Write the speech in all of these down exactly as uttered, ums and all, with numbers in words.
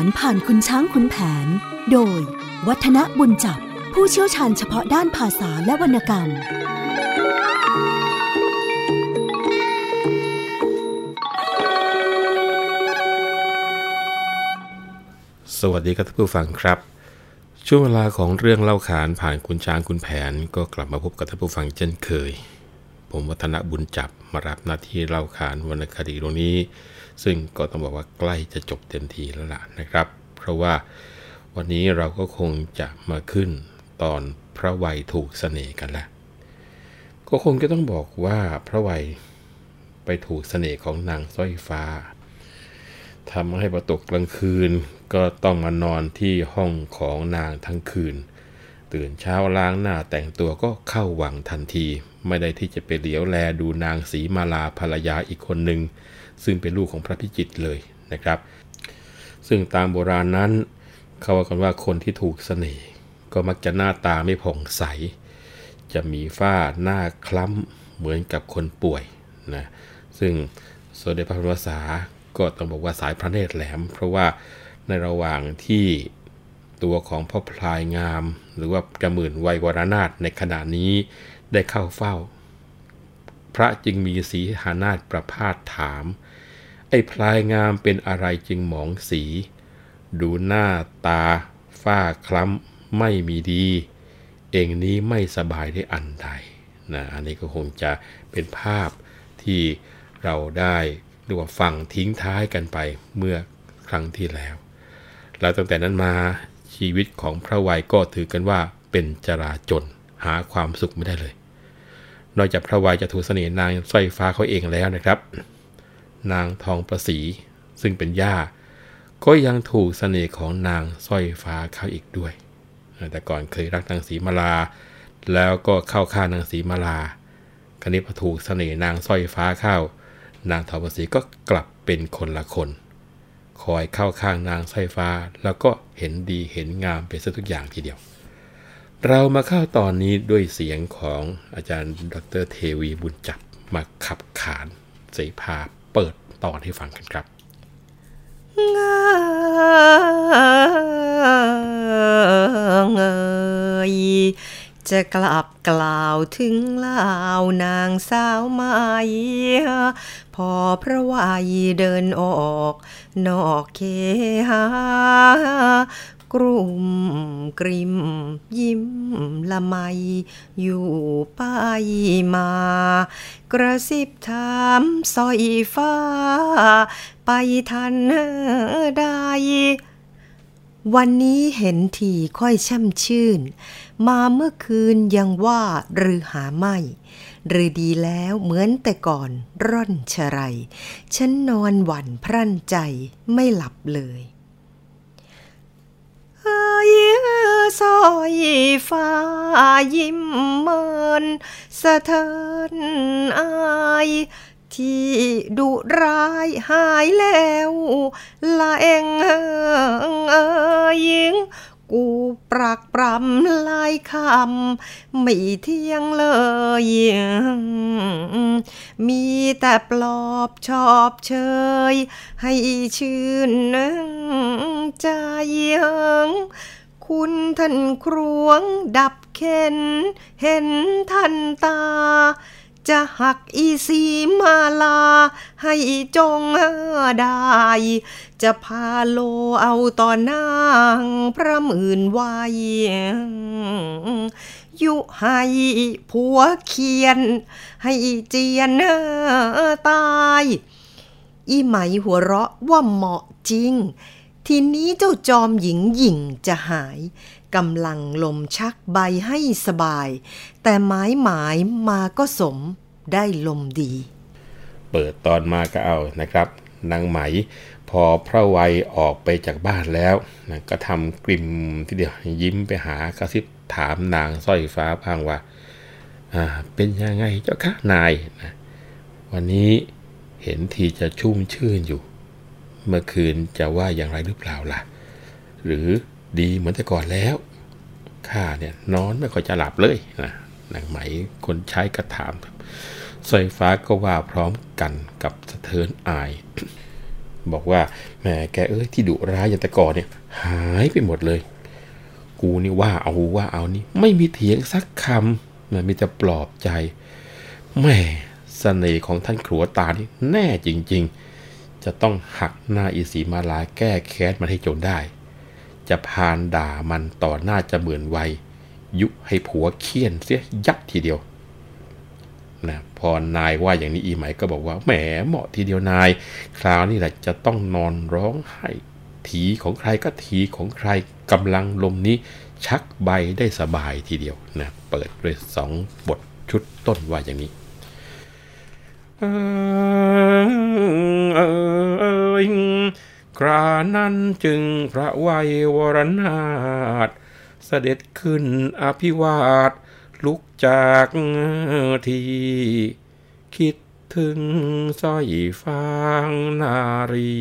ารผ่านคุณช้างขุนแผนโดยวัฒนบุญจับผู้เชี่ยวชาญเฉพาะด้านภาษาและวรรณกรรมสวัสดีครับท่านผู้ฟังครับช่วงเวลาของเรื่องเล่าขานผ่านคุณช้างคุณแผนก็กลับมาพบกับท่านผู้ฟังเช่นเคยผมวัฒนบุญจับมารับหน้าที่เล่าขานวรรณคดีตรงนี้ซึ่งก็ต้องบอกว่าใกล้จะจบเต็มทีแล้วล่ะนะครับเพราะว่าวันนี้เราก็คงจะมาขึ้นตอนพระวัยถูกเสน่ห์กันแล้วก็คงจะต้องบอกว่าพระวัยไปถูกเสน่ห์ของนางสร้อยฟ้าทำให้พอตกกลางคืนก็ต้องมานอนที่ห้องของนางทั้งคืนตื่นเช้าล้างหน้าแต่งตัวก็เข้าวังทันทีไม่ได้ที่จะไปเหลียวแลดูนางศรีมาลาภรรยาอีกคนหนึ่งซึ่งเป็นลูกของพระพิจิตรเลยนะครับซึ่งตามโบราณนั้นเขาว่ากันว่าคนที่ถูกเสน่ห์ก็มักจะหน้าตาไม่ผ่องใสจะมีฝ้าหน้าคล้ำเหมือนกับคนป่วยนะซึ่งสมเด็จพระบรมศาก็ต้องบอกว่าสายพระเนตรแหลมเพราะว่าในระหว่างที่ตัวของพ่อพลายงามหรือว่าจาหมื่นวัยวรนาถในขณะนี้ได้เข้าเฝ้าพระจึงมีสีหานาถประพาสถามไอ้พลายงามเป็นอะไรจึงหมองสีดูหน้าตาฝ้าคล้ำไม่มีดีเองนี้ไม่สบายได้อันใดนะอันนี้ก็คงจะเป็นภาพที่เราได้เรียกว่าฟังทิ้งท้ายกันไปเมื่อครั้งที่แล้วแล้วตั้งแต่นั้นมาชีวิตของพระวัยก็ถือกันว่าเป็นจราจรหาความสุขไม่ได้เลยนอกจากพระวัยจะถูกเสน่ห์นางสร้อยฟ้าเขาเองแล้วนะครับนางทองประสีซึ่งเป็นย่าก็ยังถูกเสน่ห์ของนางสร้อยฟ้าเขาอีกด้วยแต่ก่อนเคยรักนางศรีมาลาแล้วก็เข้าข้างนางศรีมาลาคราวนี้พอถูกเสน่ห์นางสร้อยฟ้าเข้านางทองประสีก็กลับเป็นคนละคนคอยเข้าข้างนางสร้อยฟ้าแล้วก็เห็นดีเห็นงามไปซะทุกอย่างทีเดียวเรามาเข้าตอนนี้ด้วยเสียงของอาจารย์ดร.เทวีบุญจับมาขับขานเสภาเปิดตอนให้ฟังกันครับงเงยจะกลับกล่าวถึงเล่านางสาวไม้พอพระวัยเดินออกนอกเคหากรุ่มกริมยิ้มละไมอยู่ไปมากระซิบถามสร้อยฟ้าไปทันใดวันนี้เห็นทีค่อยช่ำชื่นมาเมื่อคืนยังว่าหรือหาไม่หรือดีแล้วเหมือนแต่ก่อนร่อนชะไรฉันนอนหวั่นพรั่นใจไม่หลับเลยเฮ้ยสร้อยฟ้ายิ้มเมินสะเทินอายที่ดุร้ายหายแล้วละเองเอ่ยยิงกูปรักปรำลายคำไม่เที่ยงเลยมีแต่ปลอบชอบเชยให้ชื่นใจคุณท่านครวงดับเข็นเห็นทันตาจะหักอีสีมาลาให้จงได้จะพาโลเอาต่อนางพระหมื่นวัยยุให้ผัวเคียนให้เจียนตายอีไหมหัวเราะว่าเหมาะจริงทีนี้เจ้าจอมหญิงหยิ่งจะหายกำลังลมชักใบให้สบายแต่หมายหมายมาก็สมได้ลมดีเปิดตอนมาก็เอานะครับนางไหมพอพระวัยออกไปจากบ้านแล้วนะก็ทำกลิ่มทีเดียวยิ้มไปหากระซิบถามนางสร้อยฟ้าพางว่าอ่าเป็นยังไงเจ้าค่ะนายนะวันนี้เห็นทีจะชุ่มชื่นอยู่เมื่อคืนจะว่าอย่างไรหรือเปล่าล่ะหรือดีเหมือนแต่ก่อนแล้วข้าเนี่ยนอนไม่ค่อยจะหลับเลยนะนางไหมคนใช้กระถามสร้อยฟ้าก็ว่าพร้อมกันกับสะเทินอายบอกว่าแหมแกเอ้ยที่ดุร้ายอย่างแต่ก่อนเนี่ยหายไปหมดเลยกูนี่ว่าเอาว่าเอานี่ไม่มีเถียงสักคำมันมีแต่ปลอบใจแหมเสน่ห์ของท่านขัวตานี่แน่จริงๆจะต้องหักหน้าอีสีมาลาแก้แค้นมันให้จนได้จะพานด่ามันต่อหน้าจะเหมือนไวยุให้ผัวเคี่ยนเสียยับทีเดียวนะพอนายว่าอย่างนี้อีไหมก็บอกว่าแหมเหมาะทีเดียวนายคราวนี้แหละจะต้องนอนร้องไห้ทีของใครก็ทีของใครกำลังลมนี้ชักใบได้สบายทีเดียวนะเปิดด้วยสองบทชุดต้นว่าอย่างนี้เออครานั้นจึงพระวัยวรนาถเสด็จขึ้นอภิวาทลุกจากที่คิดถึงสร้อยฟางนารี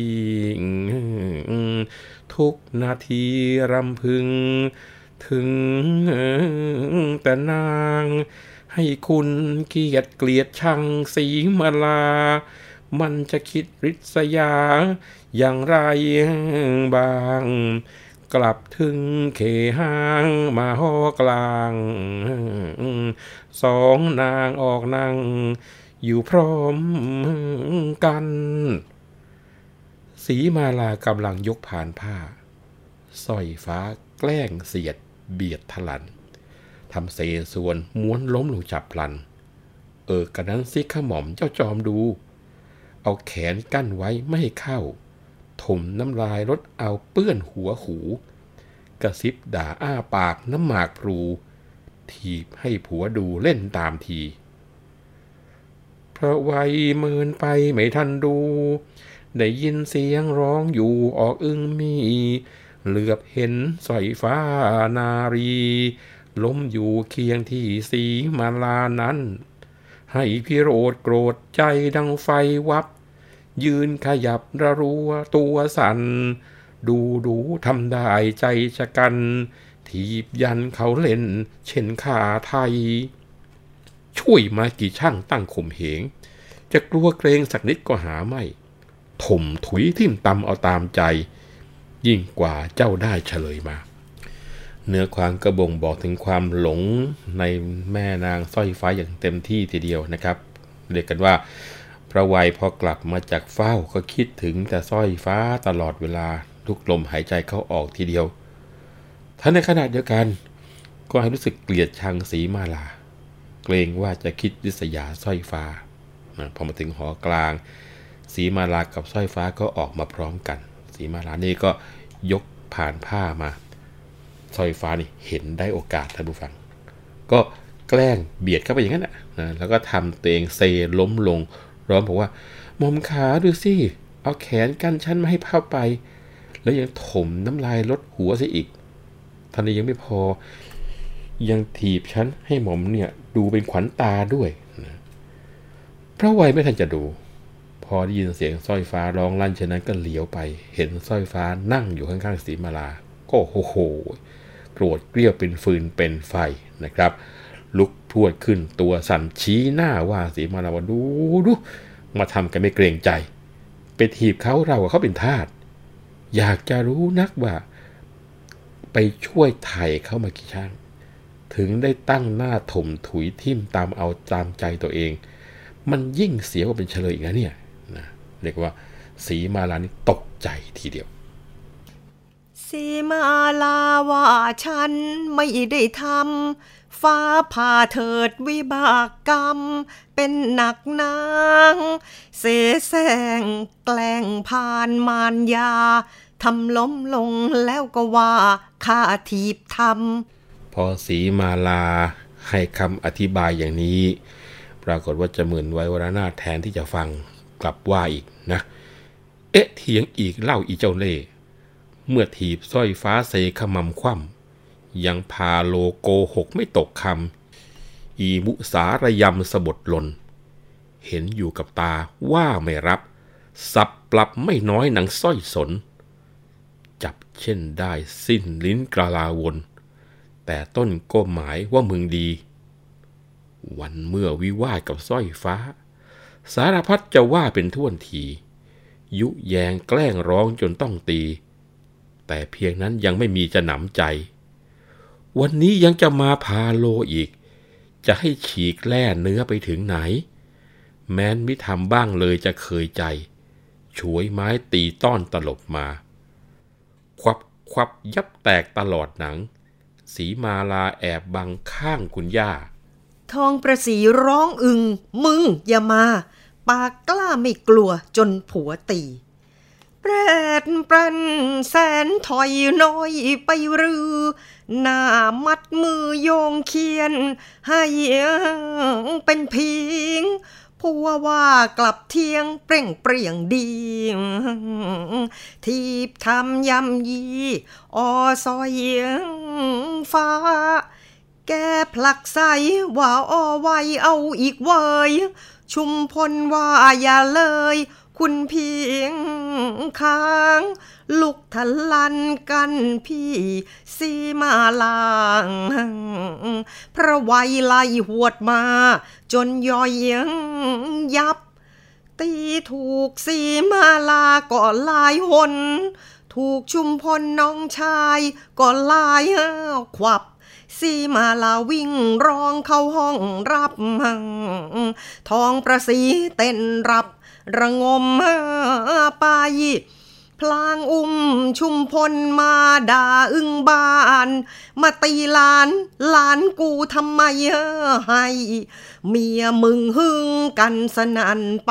ทุกนาทีรำพึงถึงแต่นางให้คุณเกียรติเกลียดชังสีมาลามันจะคิดริษยาอย่างไรบ้างกลับถึงเขหางมาหอกลางสองนางออกนั่งอยู่พร้อมกันสีมาลากำลังยกผ่านผ้าสร้อยฟ้าแกล้งเสียดเบียดทะลันทำเสส่วนม้วนล้มลงจับพลันเออกระนั้นซิข้าหม่อมเจ้าจอมดูเอาแขนกั้นไว้ไม่ให้เข้าถมน้ำลายรดเอาเปื้อนหัวหูกระซิบด่าอ้าปากน้ำหมากพลูถีบให้ผัวดูเล่นตามทีเพราะวัยเมินไปไม่ทันดูได้ยินเสียงร้องอยู่ออกอึ้งมีเหลือบเห็นสร้อยฟ้านารีล้มอยู่เคียงที่สีมาลานั้นให้พิโรธโกรธใจดังไฟวับยืนขยับระรัวตัวสั่นดูดูทำได้ใจชะกันถีบยันเขาเล่นเช่นขาไทยช่วยมากี่ช่างตั้งข่มเหงจะกลัวเกรงสักนิดก็หาไม่ถมถุยทิ่มตำเอาตามใจยิ่งกว่าเจ้าได้เฉลยมาเนื้อความกระบ่งบอกถึงความหลงในแม่นางสร้อยฟ้าอย่างเต็มที่ทีเดียวนะครับเรียกกันว่าพระวัยพอกลับมาจากเฝ้าก็คิดถึงแต่สร้อยฟ้าตลอดเวลาทุกลมหายใจเข้าออกทีเดียวท่านในขณะเดียวกันก็ให้รู้สึกเกลียดชังสีมาลาเกรงว่าจะคิดริษยาสร้อยฟ้านะพอมาถึงหอกลางสีมาลากับสร้อยฟ้าก็ออกมาพร้อมกันสีมาลานี่ก็ยกผ่านผ้ามาสร้อยฟ้านี่เห็นได้โอกาสท่านผู้ฟังก็แกล้งเบียดเข้าไปอย่างนั้นนะแล้วก็ทำตัวเองเซล้มลงร้องบอกว่าหม่อมขาดูสิเอาแขนกันฉันไม่ให้เข้าไปแล้วยังถมน้ำลายลดหัวซะอีกท่านนี้ยังไม่พอยังถีบฉันให้หม่อมเนี่ยดูเป็นขวัญตาด้วยนะพระวัยไม่ทันจะดูพอได้ยินเสียงสร้อยฟ้าร้องลั่นฉะนั้นก็เหลียวไปเห็นสร้อยฟ้านั่งอยู่ข้างๆสีมาลาก็โอ้โหโกรธเกรี้ยวเป็นฟืนเป็นไฟนะครับลุกพรวดขึ้นตัวสั่นชี้หน้าว่าสีมาลาว่าดูดูมาทำกันไม่เกรงใจไปถีบเขาเราเขาเป็นทาสอยากจะรู้นักว่าไปช่วยไถ่เขามากี่ช่างถึงได้ตั้งหน้าถมถุยทิ่มตามเอาตามใจตัวเองมันยิ่งเสียกว่าเป็นเฉลยอีกนะเนี่ยนะเรียกว่าสีมาลานี่ตกใจทีเดียวสีมาลาว่าฉันไม่ได้ทำฟ้าผ่าเถิดวิบากกรรมเป็นหนักนางเสแสร้งแกล้งผ่านมารยาทำล้มลงแล้วก็ว่าข้าถีบทำพอสีมาลาให้คำอธิบายอย่างนี้ปรากฏว่าจะเหมือนไว้วรนาถแทนที่จะฟังกลับว่าอีกนะเอ๊ะเถียงอีกเล่าอีเจ้าเล่ห์เมื่อถีบสร้อยฟ้าเสขมำคว่ำยังพาโลโกหกไม่ตกคำอีมุสาระยำสบดลนเห็นอยู่กับตาว่าไม่รับสับปรับไม่น้อยหนังสร้อยสนจับเช่นได้สิ้นลิ้นกระลาวนแต่ต้นก็หมายว่ามึงดีวันเมื่อวิวาทกับสร้อยฟ้าสารพัดจะว่าเป็นท่วนทียุแยงแกล้งร้องจนต้องตีแต่เพียงนั้นยังไม่มีจะหนำใจวันนี้ยังจะมาพาโลอีกจะให้ฉีกแล่เนื้อไปถึงไหนแม้นมิทำบ้างเลยจะเคยใจฉวยไม้ตีต้อนตลบมาควับควับยับแตกตลอดหนังสีมาลาแอบบังข้างคุณย่าทองประสีร้องอึงมึงอย่ามาปากกล้าไม่กลัวจนผัวตีแปรดปรันแสนถอยน้อยไปรือหน้ามัดมือโยงเคียนให้เป็นพิงผัวว่ากลับเที่ยงเปร่งเปรี่ยงดีทีบทำยำยีออซอยฟ้าแกผลักใสว่าอ้อไว้เอาอีกเวยชุมพลว่าอย่าเลยคุณเพียงค้างลุกทะลันกันพี่สีมาลางพระไวยไล่หวดมาจนย่อยยับตีถูกสีมาลาก็ลายหนถูกชุมพลน้องชายก็ลายขวับสีมาลาวิ่งร้องเข้าห้องรับทองประสีเต้นรับระงมไปพลางอุ้มชุมพลมาด่าอึ้งบานมาตีหลานหลานกูทำไมให้เมียมึงหึงกันสนั่นไป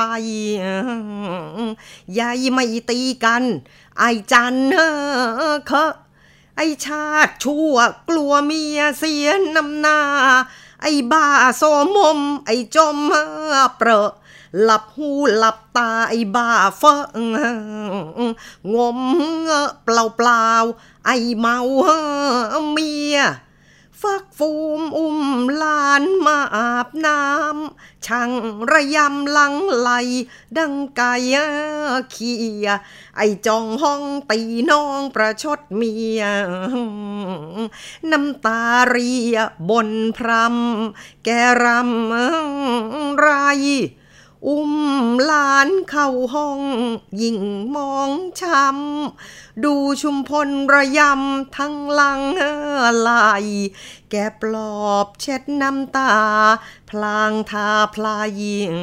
ยายไม่ตีกันไอ้จันเคอะไอ้ชาติชั่วกลัวเมียเสียน้ำหน้าไอ้บ้าโสมมไอ้จมเปรอะหลับหูหลับตาไอ้บ้าเฟ้องมเปล่าเปล่าไอ้เมาเมียฟักฟูมอุ้มหลานมาอาบน้ำช่างระยำหลังไหลดังไก่เขียไอ้จองห้องตีน้องประชดเมียน้ำตาเรียบนพรำแกรำไรอุ้มหลานเข้าห้องยิ่งมองช้ำดูชุมพลระยำทั้งหลังไหลแกปลอบเช็ดน้ำตาพลางทาพลาย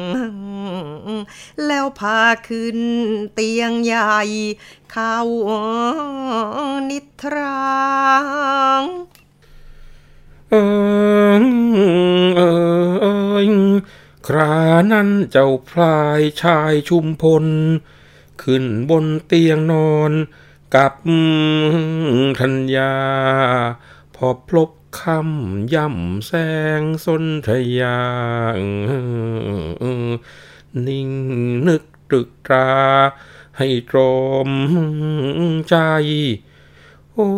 แล้วพาขึ้นเตียงใหญ่เข้านิทราเออเออเออครานั้นเจ้าพลายชายชุมพลขึ้นบนเตียงนอนกับธัญญาพอพลบคำย่ำแสงสนธยานิ่งนึกตรึกตราให้ตรมใจโอ้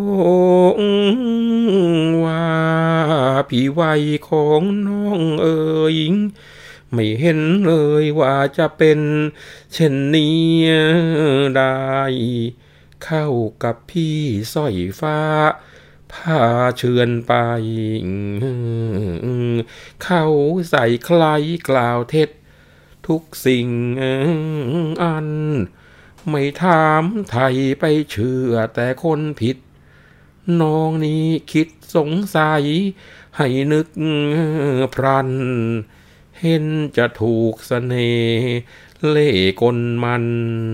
ว่าพี่วัยของน้องเอ๋ยไม่เห็นเลยว่าจะเป็นเช่นนี้ได้เข้ากับพี่สร้อยฟ้าพาเชิญไปเขาใส่ใครกล่าวเท็จทุกสิ่งอันไม่ถามไทยไปเชื่อแต่คนผิดน้องนี้คิดสงสัยให้นึกพรันเห็นจะถูกเสน่ห์เล่ห์กลมัน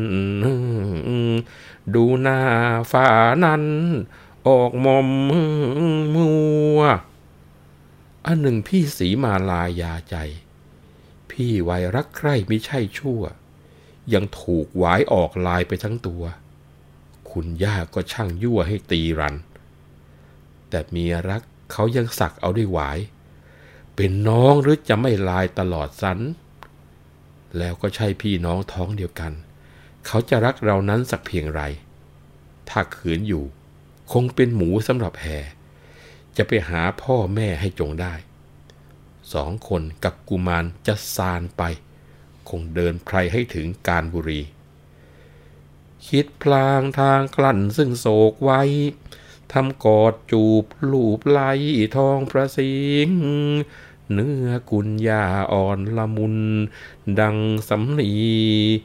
ดูหน้าฝ่านั้นออกมอมมัวอันหนึ่งพี่สีมาลายาใจพี่วัยรักใคร่ไม่ใช่ชั่วยังถูกหวายออกลายไปทั้งตัวคุณย่าก็ช่างยั่วให้ตีรันแต่เมียรักเขายังสักเอาด้วยหวายเป็นน้องหรือจะไม่ลายตลอดสันแล้วก็ใช่พี่น้องท้องเดียวกันเขาจะรักเรานั้นสักเพียงไรถ้าขืนอยู่คงเป็นหมูสำหรับแห่จะไปหาพ่อแม่ให้จงได้สองคนกับกุมารจะซานไปคงเดินไพรให้ถึงกาญบุรีคิดพลางทางกลั้นซึ่งโศกไว้ทำกอดจูบลูบไหลทองประสิงเนื้อกุญญาอ่อนละมุนดังสำลี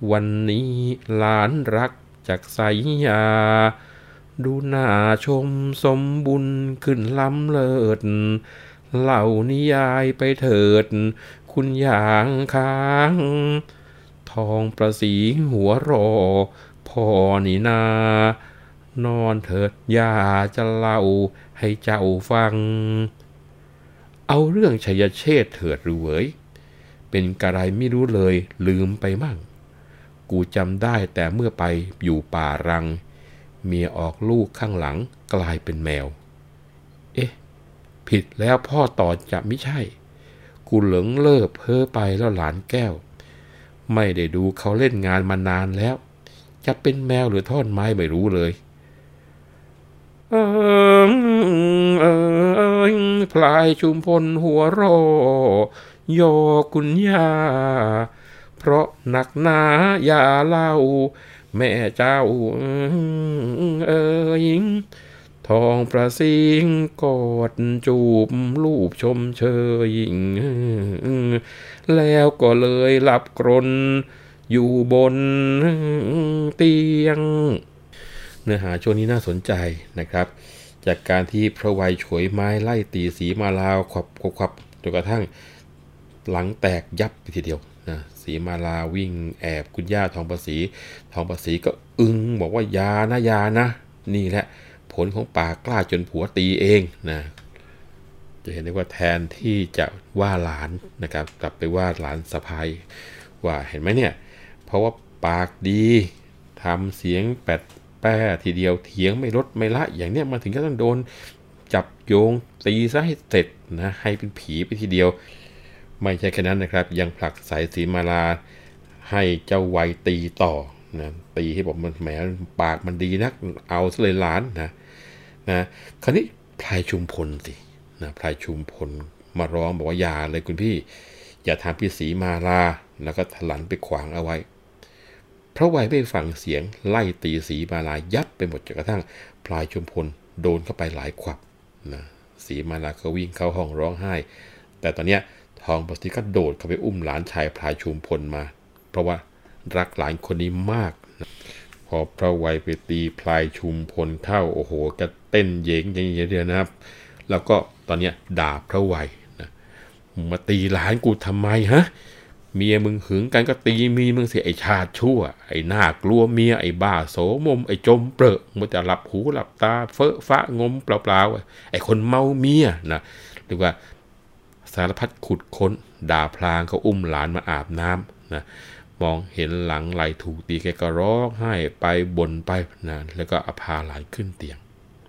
วันนี้หลานรักจากไสยาดูหน้าชมสมบุญขึ้นล้ำเลิศเล่านิยายไปเถิดคุณอย่างค้างทองประสีหัวรอพ่อนี่นานอนเถิดย่าจะเล่าให้เจ้าฟังเอาเรื่องชัยเชษฐ์เถิดหรือเว้ยเป็นกะไรไม่รู้เลยลืมไปมั่งกูจำได้แต่เมื่อไปอยู่ป่ารังเมียออกลูกข้างหลังกลายเป็นแมวเอ๊ะผิดแล้วพ่อต่อจะไม่ใช่กูเหลิงเล่อเพ้อไปแล้วหลานแก้วไม่ได้ดูเขาเล่นงานมานานแล้วจะเป็นแมวหรือท่อนไม้ไม่รู้เลยเออเออพลายชุมพลหัวรอยอคุณย่าเพราะหนักหนาอย่าเล่าแม่เจ้าเอ๋ยทองประสิงกอดจูบลูบชมเชยแล้วก็เลยหลับกรนอยู่บนเตียงเนื้อหาช่วงนี้น่าสนใจนะครับจากการที่พระวัยฉวยไม้ไล่ตีสีมาลาขวับขวับจนกระทั่งหลังแตกยับไปทีเดียวนะสีมาลาวิ่งแอบคุณย่าทองประสีทองประสีก็อึ้งบอกว่ายานะยานะนี่แหละผลของปากกล้าจนผัวตีเองนะจะเห็นได้ว่าแทนที่จะว่าหลานนะครับกลับไปว่าหลานสะใภ้ว่าเห็นไหมเนี่ยเพราะว่าปากดีทำเสียงแปดแป้ทีเดียวเถียงไม่ลดไม่ละอย่างเนี้ยมาถึงก็ต้องโดนจับโยงตีซะให้เสร็จนะให้เป็นผีไปทีเดียวไม่ใช่แค่นั้นนะครับยังผลักสายสีมาลาให้เจ้าวัยตีต่อนะตีให้บอกมันแหมปากมันดีนักเอาซะเลยหลานนะนะคราวนี้พลายชุมพลสินะพลายชุมพลมาร้องบอกว่าอย่าเลยคุณพี่อย่าทำพี่สีมาลาแล้วก็ถลันไปขวางเอาไว้พระวัยไม่ฟังเสียงไล่ตีสีมาลายับไปหมดจนกระทั่งพลายชุมพลโดนเข้าไปหลายขวับนะสีมาลาก็วิ่งเข้าห้องร้องไห้แต่ตอนเนี้ยทองประสิก็โดดเข้าไปอุ้มหลานชายพลายชุมพลมาเพราะว่ารักหลานคนนี้มากนะพอพระวัยไปตีพลายชุมพลเข้าโอ้โหก็เต้นเย้งอย่างเงี้ยเดียวนะครับแล้วก็ตอนเนี้ยด่าพระวัยนะมึงมาตีหลานกูทำไมฮะเมียมึงหึงกันก็ตีมีมึงเสียไอชาติชั่วไอหน้ากลัวเมียไอบ้าโสมมไอจมเปรอะมันจะหลับหูหลับตาเฟ้อฟ้างมเปล่าๆไอคนเมาเมียนะหรือว่าสารพัดขุดค้นด่าพลางเขาอุ้มหลานมาอาบน้ำนะมองเห็นหลังไหลถูกตีแกก็ร้องไห้ไปบ่นไปนะแล้วก็เอาพาหลานขึ้นเตียง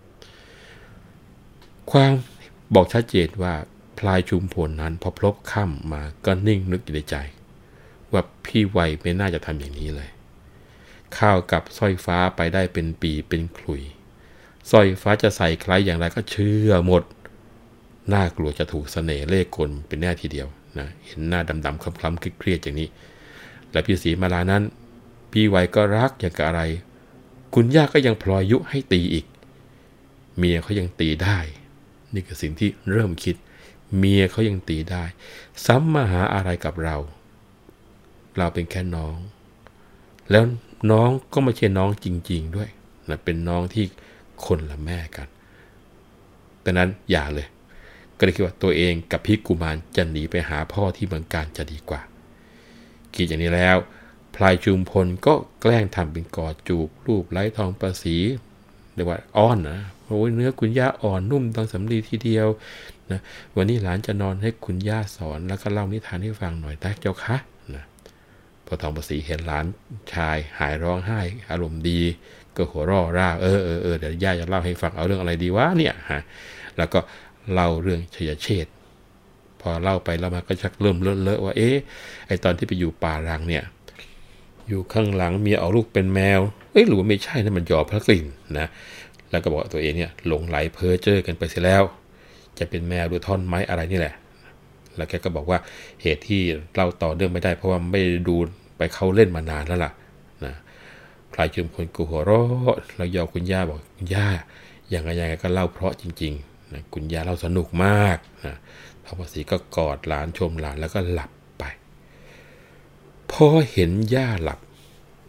ความบอกชัดเจนว่าพลายชุมพลนั้นพอพลบค่ำมาก็นิ่งนึกอยู่ในใจว่าพี่วัยไม่น่าจะทำอย่างนี้เลยข้าวกับสร้อยฟ้าไปได้เป็นปีเป็นขลุยสร้อยฟ้าจะใส่ใครอย่างไรก็เชื่อหมดน่ากลัวจะถูกเสน่ห์เล่ห์กลเป็นแน่ทีเดียวนะเห็นหน้าดำๆคล้ำๆเครียดๆอย่างนี้และพี่ศรีมาลานั้นพี่วัยก็รักอย่างกับอะไรคุณย่าก็ยังพลอยยุให้ตีอีกเมียเขายังตีได้นี่คือสิ่งที่เริ่มคิดเมียเขายังตีได้ซ้ำมาหาอะไรกับเราเราเป็นแค่น้องแล้วน้องก็ไม่ใช่น้องจริงๆด้วยนะเป็นน้องที่คนละแม่กันดังนั้นอย่าเลยก็เลยคิดว่าตัวเองกับพี่กุมารจะหนีไปหาพ่อที่เมืองการจะดีกว่าคิดอย่างนี้แล้วพลายชุมพลก็แกล้งทำเป็นกอดจูบรูปไล้ทองประสีเรียกว่าอ้อนนะโอ้ยเนื้อคุณย่าอ่อนนุ่มดังสำลีทีเดียวนะวันนี้หลานจะนอนให้คุณย่าสอนแล้วก็เล่านิทานให้ฟังหน่อยได้เจ้าคะนะพอทองประสีเห็นหลานชายหายร้องไห้อารมณ์ดีก็หัวเราะร่าเออเออเออเดี๋ยวย่าจะเล่าให้ฟังเอาเรื่องอะไรดีวะเนี่ยฮะแล้วก็เล่าเรื่องชัยเชษฐ์พอเล่าไปแล้วมาก็ชักเริ่มเลอะๆว่าเอ๊ะไอตอนที่ไปอยู่ป่ารังเนี่ยอยู่ข้างหลังเมียเอาลูกเป็นแมวเอ้ยหรือว่าไม่ใช่นะมันหยอกพระกลิ่นนะแล้วก็บอกตัวเองเนี่ยหลงไหลเพ้อเจ้อกันไปเสียแล้วจะเป็นแมวหรือท่อนไม้อะไรนี่แหละแล้วแกก็บอกว่าเหตุที่เล่าต่อเนื่องไม่ได้เพราะว่าไม่ดูไปเขาเล่นมานานแล้วล่ะนะพลายชุมพลกูหัวเราะแล้วยอคุณย่าบอกคุณย่าอย่างไรอย่างไรก็เล่าเพราะจริงๆนะคุณย่าเล่าสนุกมากนะทองประสีก็กอดหลานชมหลานแล้วก็หลับไปพอเห็นย่าหลับ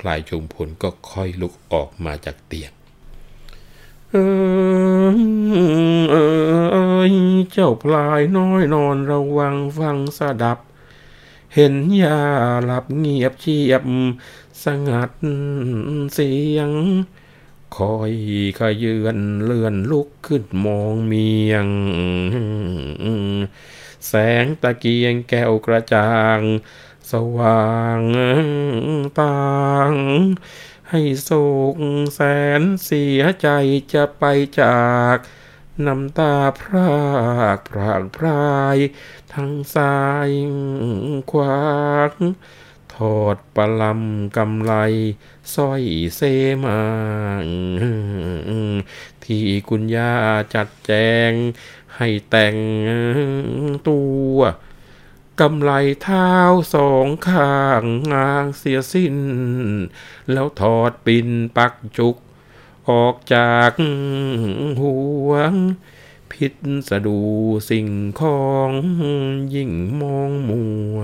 ลายชุมพลก็ค่อยลุกออกมาจากเตียงเออเออเจ้าพลายน้อยนอนระวังฟังสดับเห็นยาหลับเงียบเชียบสงัดเสียงคอยขยือนเลื่อนลุกขึ้นมองเมียงแสงตะเกียงแก้วกระจ่างสว่างต่างให้โศกแสนเสียใจจะไปจากน้ำตาพรากพรากพรายทั้งซ้ายขวาถอดปลำกำไลสร้อยเสมาที่คุณย่าจัดแจงให้แต่งตัวกำไลเท้าสองข้างงางเสียสิ้นแล้วถอดปิ่นปักจุกออกจากหัวพิษสะดูสิ่งของยิ่งมองมัว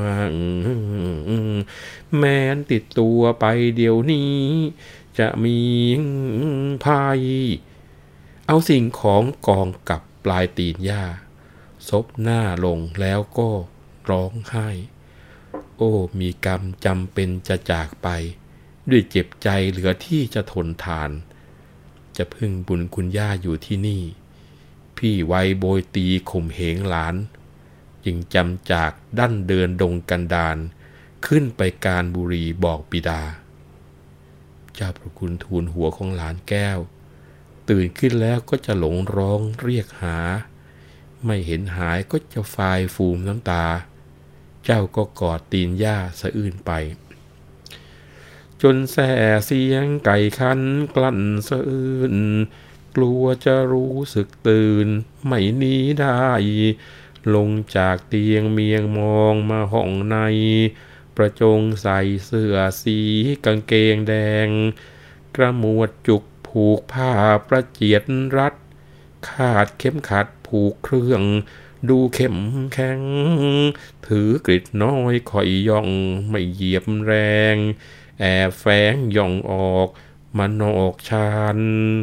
แม้นติดตัวไปเดี๋ยวนี้จะมีภัยเอาสิ่งของกองกับปลายตีนย่าซบหน้าลงแล้วก็ร้องไห้โอ้มีกรรมจำเป็นจะจากไปด้วยเจ็บใจเหลือที่จะทนทานจะพึ่งบุญคุณย่าอยู่ที่นี่พี่ไว้โบยตีข่มเหงหลานจึงจำจากดั้นเดินดงกันดารขึ้นไปการบุรีบอกบิดาเจ้าพระคุณทูลหัวของหลานแก้วตื่นขึ้นแล้วก็จะหลงร้องเรียกหาไม่เห็นหายก็จะฟายฟูมน้ำตาเจ้าก็กอดตีนย่าสะอื้นไปจนแส่เสียงไก่คันกลั่นสะอื้นกลัวจะรู้สึกตื่นไม่หนีได้ลงจากเตียงเมียงมองมาห้องในประจงใส่เสื้อสีกางเกงแดงกระมวดจุกผูกผ้าประเจียดรัดขาดเข็มขัดผูกเครื่องดูเข้มแข็งถือกริดน้อยคอยย่องไม่เหยียบแรงแอบแฝงย่องออกมานอกชาน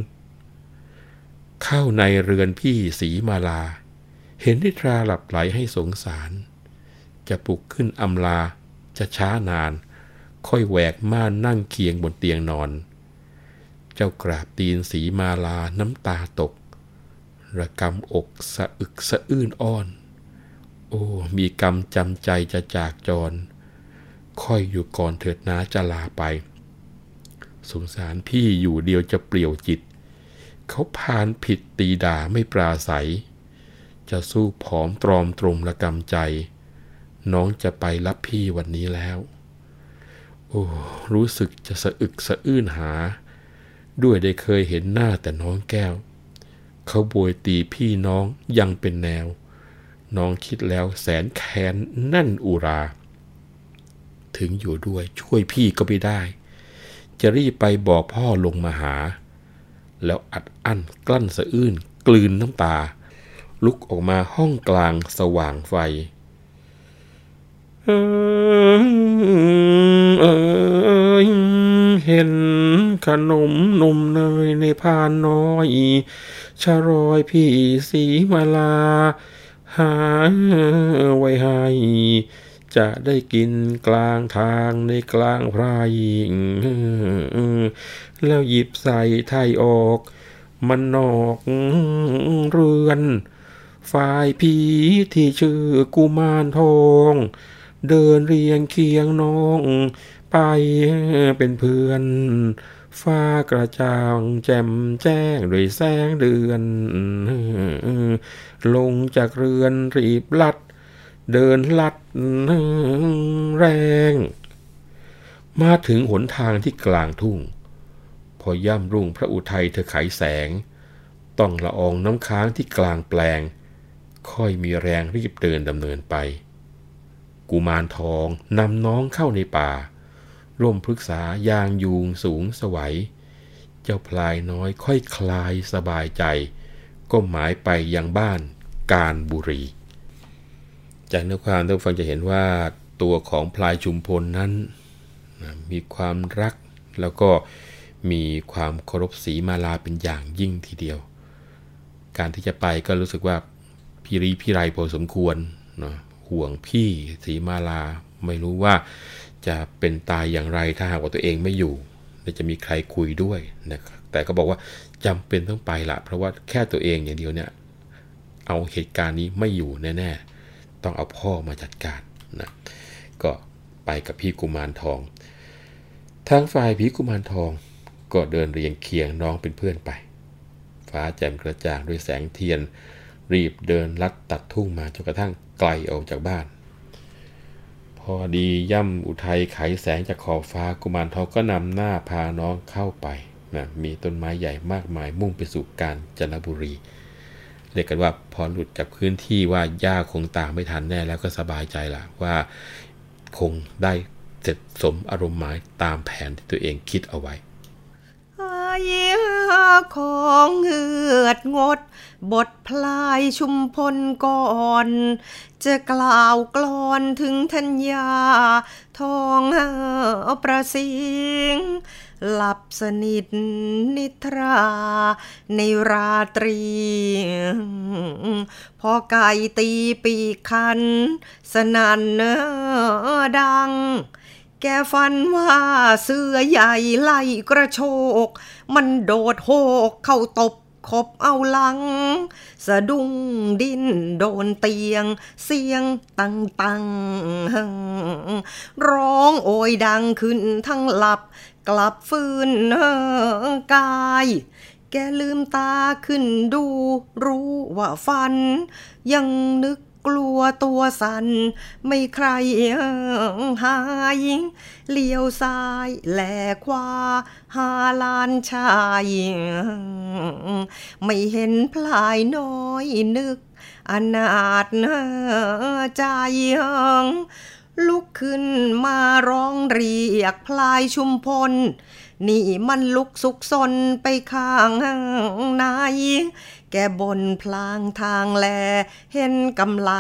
เข้าในเรือนพี่ศรีมาลาเห็นนิทราหลับไหลให้สงสารจะปลุกขึ้นอำลาจะช้านานค่อยแหวกม่านนั่งเคียงบนเตียงนอนเจ้ากราบตีนศรีมาลาน้ำตาตกระกำอกสะอึกสะอื้นอ้อนโอ้มีกรรมจำใจจะจากจรค่อยอยู่ก่อนเถิดนาจะลาไปสงสารพี่อยู่เดียวจะเปลี่ยวจิตเขาพานผิดตีด่าไม่ปราศัยจะสู้ผอมตรอมตรมระกำใจน้องจะไปรับพี่วันนี้แล้วโอ้รู้สึกจะสะอึกสะอื้นหาด้วยได้เคยเห็นหน้าแต่น้องแก้วเขาโบยตีพี่น้องยังเป็นแนวน้องคิดแล้วแสนแค้นนั่นอุราถึงอยู่ด้วยช่วยพี่ก็ไม่ได้จะรีบไปบอกพ่อลงมาหาแล้วอัดอั้นกลั้นสะอื้นกลืนน้ำตาลุกออกมาห้องกลางสว่างไฟเออเออเห็นขนมนมเนยในพานน้อยชะรอยพี่ศรีมาลาหาไว้ให้จะได้กินกลางทางในกลางไพรแล้วหยิบใส่ไถ่ออกมันนอกเรือนฝ่ายผีที่ชื่อกุมารทองเดินเรียงเคียงน้องไปเป็นเพื่อนฟ้ากระจ่างแจ่มแจ้งด้วยแสงเดือนลงจากเรือนรีบลัดเดินลัดแรงมาถึงหนทางที่กลางทุ่งพอย่ำรุ่งพระอุทัยเธอไขแสงต้องละอองน้ำค้างที่กลางแปลงค่อยมีแรงรีบเดินดำเนินไปกุมารทองนำน้องเข้าในป่าร่มพฤกษายางยูงสูงสวัยเจ้าพลายน้อยค่อยคลายสบายใจก็หมายไปยังบ้านการบุรีจากเนื้อความท่านฟังจะเห็นว่าตัวของพลายชุมพลนั้นมีความรักแล้วก็มีความเคารพศรีมาลาเป็นอย่างยิ่งทีเดียวการที่จะไปก็รู้สึกว่าพี่รีพี่ไรพอสมควรเนาะห่วงพี่ศรีมาลาไม่รู้ว่าจะเป็นตายอย่างไรถ้าหากว่าตัวเองไม่อยู่และจะมีใครคุยด้วยนะแต่ก็บอกว่าจำเป็นต้องไปละเพราะว่าแค่ตัวเองอย่างเดียวเนี่ยเอาเหตุการณ์นี้ไม่อยู่แน่ๆต้องเอาพ่อมาจัดการนะก็ไปกับพี่กุมารทองทางฝ่ายพี่กุมารทองก็เดินเรียงเคียงน้องเป็นเพื่อนไปฟ้าแจ่มกระจ่างด้วยแสงเทียนรีบเดินลัดตัดทุ่งมาจนกระทั่งไกลออกจากบ้านพอดีย่ำอุทัยไขแสงจากขอบฟ้ากุมารทองก็นำหน้าพาน้องเข้าไปนะมีต้นไม้ใหญ่มากมายมุ่งไปสู่กาญจนบุรีเรียกกันว่าพอหลุดจากพื้นที่ว่าย่าคงตามไม่ทันแน่แล้วก็สบายใจละว่าคงได้เสร็จสมอารมณ์หมายตามแผนที่ตัวเองคิดเอาไว้เยี่ยของเหือดงดบทพลายชุมพลก่อนจะกล่าวกลอนถึงธัญญาทองประสิงหลับสนิทนิทราในราตรีพอไก่ตีปีกคันสนั่นดังแกฝันว่าเสือใหญ่ไล่กระโชกมันโดดโหกเข้าตบขบเอาหลังสะดุ้งดิ้นโดนเตียงเสียงตังตังร้องโอยดังขึ้นทั้งหลับกลับฟื้นกายแกลืมตาขึ้นดูรู้ว่าฝันยังนึกกลัวตัวสั่นไม่ใครหายเลี้ยวซ้ายแลขวาหาลานชายไม่เห็นพลายน้อยนึกอนาถใจลุกขึ้นมาร้องเรียกพลายชุมพลนี่มันลุกสุกซนไปข้างไหนแกบนพลางทางแลเห็นกำไล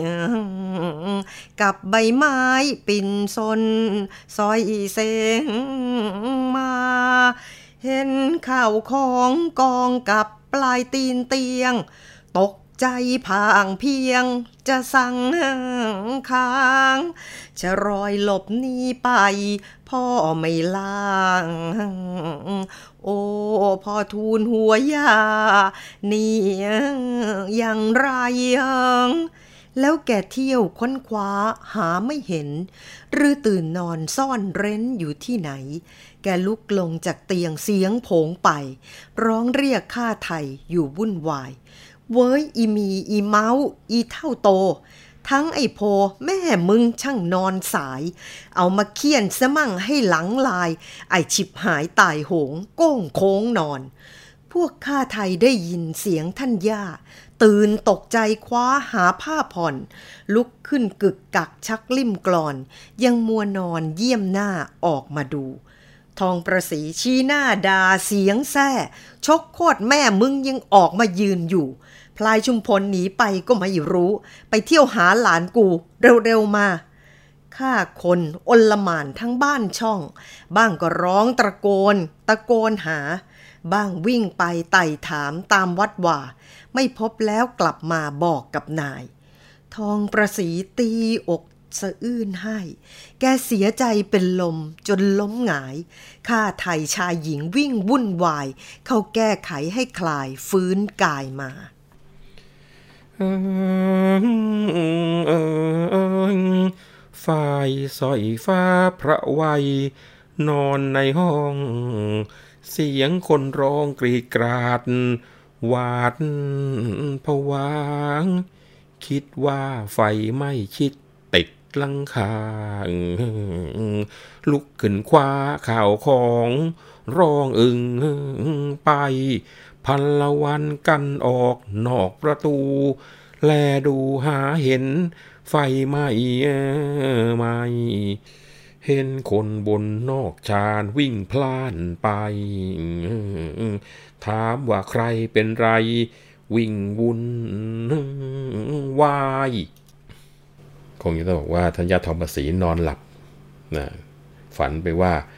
กับใบไม้ปิ่นซนซอยเสงมาเห็นข่าวของกองกับปลายตีนเตียงตกใจพางเพียงจะสั่งค้างจะรอยหลบหนีไปพ่อไม่ล่างโอ้พ่อทูลหัวยานี่อย่างไรแล้วแกเที่ยวค้นคว้าหาไม่เห็นหรือตื่นนอนซ่อนเร้นอยู่ที่ไหนแกลุกลงจากเตียงเสียงโผงไปร้องเรียกข้าไทยอยู่วุ่นวายเว้ยอีมีอีเมาอีเท่าโตทั้งไอ้โพแม่มึงช่างนอนสายเอามาเคี่ยนซะมั่งให้หลังลายไอ้ฉิบหายตายโหงโก้งโค้งนอนพวกข้าไทยได้ยินเสียงท่านย่าตื่นตกใจคว้าหาผ้าผ่อนลุกขึ้นกึกกักชักลิ่มกลอนยังมัวนอนเยี่ยมหน้าออกมาดูทองประศรีชี้หน้าดาเสียงแซ่ชกโคตรแม่มึงยังออกมายืนอยู่พลายชุมพลหนีไปก็ไม่รู้ไปเที่ยวหาหลานกูเร็วๆมาข้าคนอลหม่านทั้งบ้านช่องบ้างก็ร้องตะโกนตะโกนหาบ้างวิ่งไปไต่ถามตามวัดว่าไม่พบแล้วกลับมาบอกกับนายทองประศรีตีอกสะอื้นให้แกเสียใจเป็นลมจนล้มหงายข้าไทยชายหญิงวิ่งวุ่นวายเข้าแก้ไขให้คลายฟื้นกายมาฝ่ายสอยฟ้าพระวัยนอนในห้องเสียงคนร้องกรีดกราดหวาดผวาคิดว่าไฟไหม้ชิดติดหลังคาลุกขึ้นคว้าข่าวของร้องอึงไปพันละวันกันออกนอกประตูแลดูหาเห็นไฟไหม้ไหม้เห็นคนบนนอกชานวิ่งพล่านไปถามว่าใครเป็นไรวิ่งวุ่นวายคงจะต้องบอกว่าท่านย่าทองประศรีนอนหลับนะฝันไปว่า